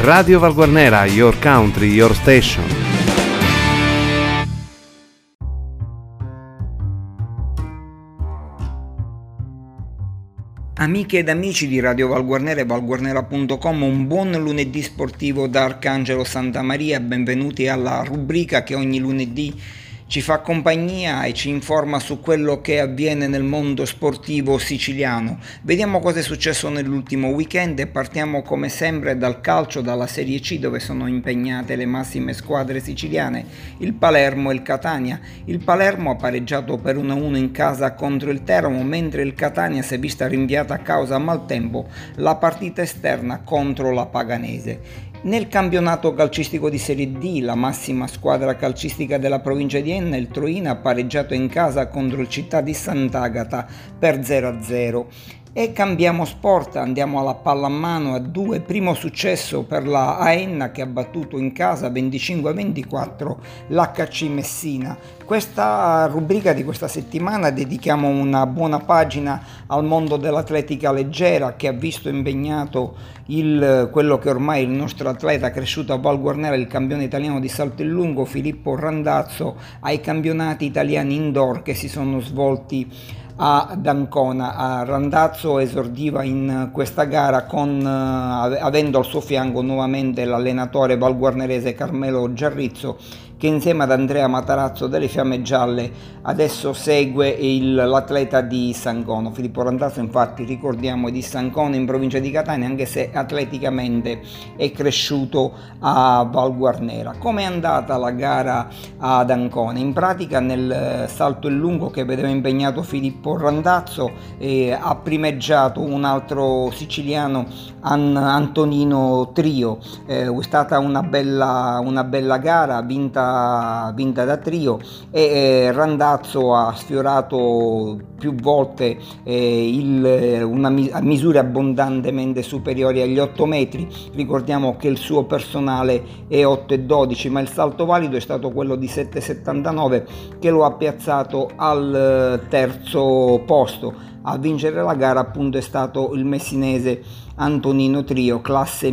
Radio Valguarnera, your country, your station. Amiche ed amici di Radio Valguarnera e valguarnera.com, un buon lunedì sportivo da Arcangelo Santamaria. Benvenuti alla rubrica che ogni lunedì ci fa compagnia e ci informa su quello che avviene nel mondo sportivo siciliano. Vediamo cosa è successo nell'ultimo weekend e partiamo come sempre dal calcio, dalla Serie C, dove sono impegnate le massime squadre siciliane, il Palermo e il Catania. Il Palermo ha pareggiato per 1-1 in casa contro il Teramo, mentre il Catania si è vista rinviata a causa maltempo la partita esterna contro la Paganese. Nel campionato calcistico di Serie D, la massima squadra calcistica della provincia di Enna, il Troina, ha pareggiato in casa contro il Città di Sant'Agata per 0-0. E cambiamo sport, andiamo alla pallamano a 2, primo successo per la Aenna che ha battuto in casa 25-24 l'HC Messina. Questa rubrica di questa settimana dedichiamo una buona pagina al mondo dell'atletica leggera, che ha visto impegnato quello che ormai è il nostro atleta cresciuto a Valguarnera, il campione italiano di salto in lungo Filippo Randazzo, ai campionati italiani indoor che si sono svolti ad Ancona. Randazzo esordiva in questa gara avendo al suo fianco nuovamente l'allenatore valguarnerese Carmelo Giarrizzo, che insieme ad Andrea Matarazzo delle Fiamme Gialle adesso segue l'atleta di Sancono. Filippo Randazzo, infatti, ricordiamo, è di Sancono in provincia di Catania, anche se atleticamente è cresciuto a Valguarnera. Come è andata la gara ad Ancona? In pratica, nel salto in lungo che vedeva impegnato Filippo Randazzo, ha primeggiato un altro siciliano, Antonino Trio. È stata una bella gara vinta da Trio, e Randazzo ha sfiorato più volte misure abbondantemente superiori agli 8 metri. Ricordiamo che il suo personale è 8,12, ma il salto valido è stato quello di 7,79 che lo ha piazzato al terzo posto. A vincere la gara appunto è stato il messinese Antonino Trio, classe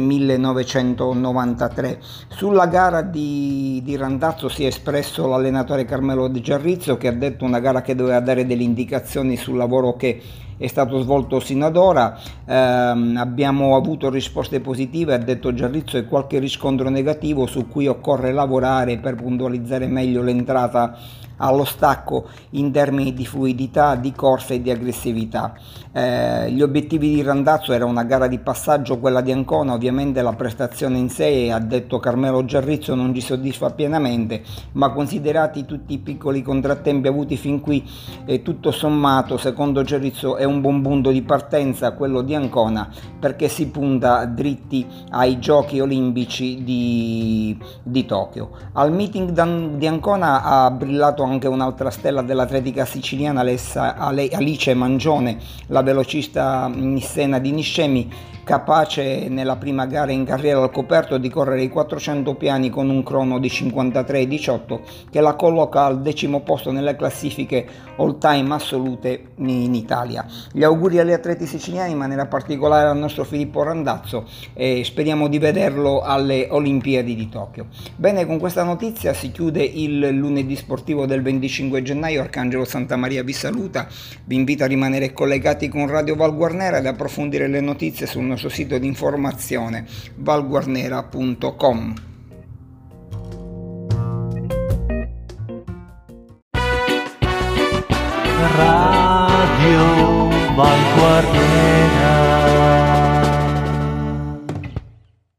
1993. Sulla gara di Randazzo si è espresso l'allenatore Carmelo Giarrizzo, che ha detto una gara che doveva dare delle indicazioni sul lavoro che è stato svolto sino ad ora. Abbiamo avuto risposte positive, ha detto Giarrizzo, e qualche riscontro negativo su cui occorre lavorare per puntualizzare meglio l'entrata allo stacco in termini di fluidità, di corsa e di aggressività. Gli obiettivi di Randazzo era una gara di passaggio, quella di Ancona. Ovviamente la prestazione in sé, ha detto Carmelo Giarrizzo, non ci soddisfa pienamente, ma considerati tutti i piccoli contrattempi avuti fin qui, tutto sommato secondo Giarrizzo è un buon punto di partenza quello di Ancona, perché si punta dritti ai giochi olimpici di Tokyo. Al meeting di Ancona ha brillato anche un'altra stella dell'atletica siciliana, Alice Mangione, la velocista nissena di Niscemi, capace nella prima gara in carriera al coperto di correre i 400 piani con un crono di 53,18 che la colloca al 10° posto nelle classifiche all time assolute in Italia. Gli auguri agli atleti siciliani, in maniera particolare al nostro Filippo Randazzo, e speriamo di vederlo alle Olimpiadi di Tokyo. Bene, con questa notizia si chiude il lunedì sportivo del 25 gennaio. Arcangelo Santamaria vi saluta, vi invita a rimanere collegati con Radio Valguarnera ed approfondire le notizie sul nostro sito di informazione valguarnera.com. Radio Valguarnera.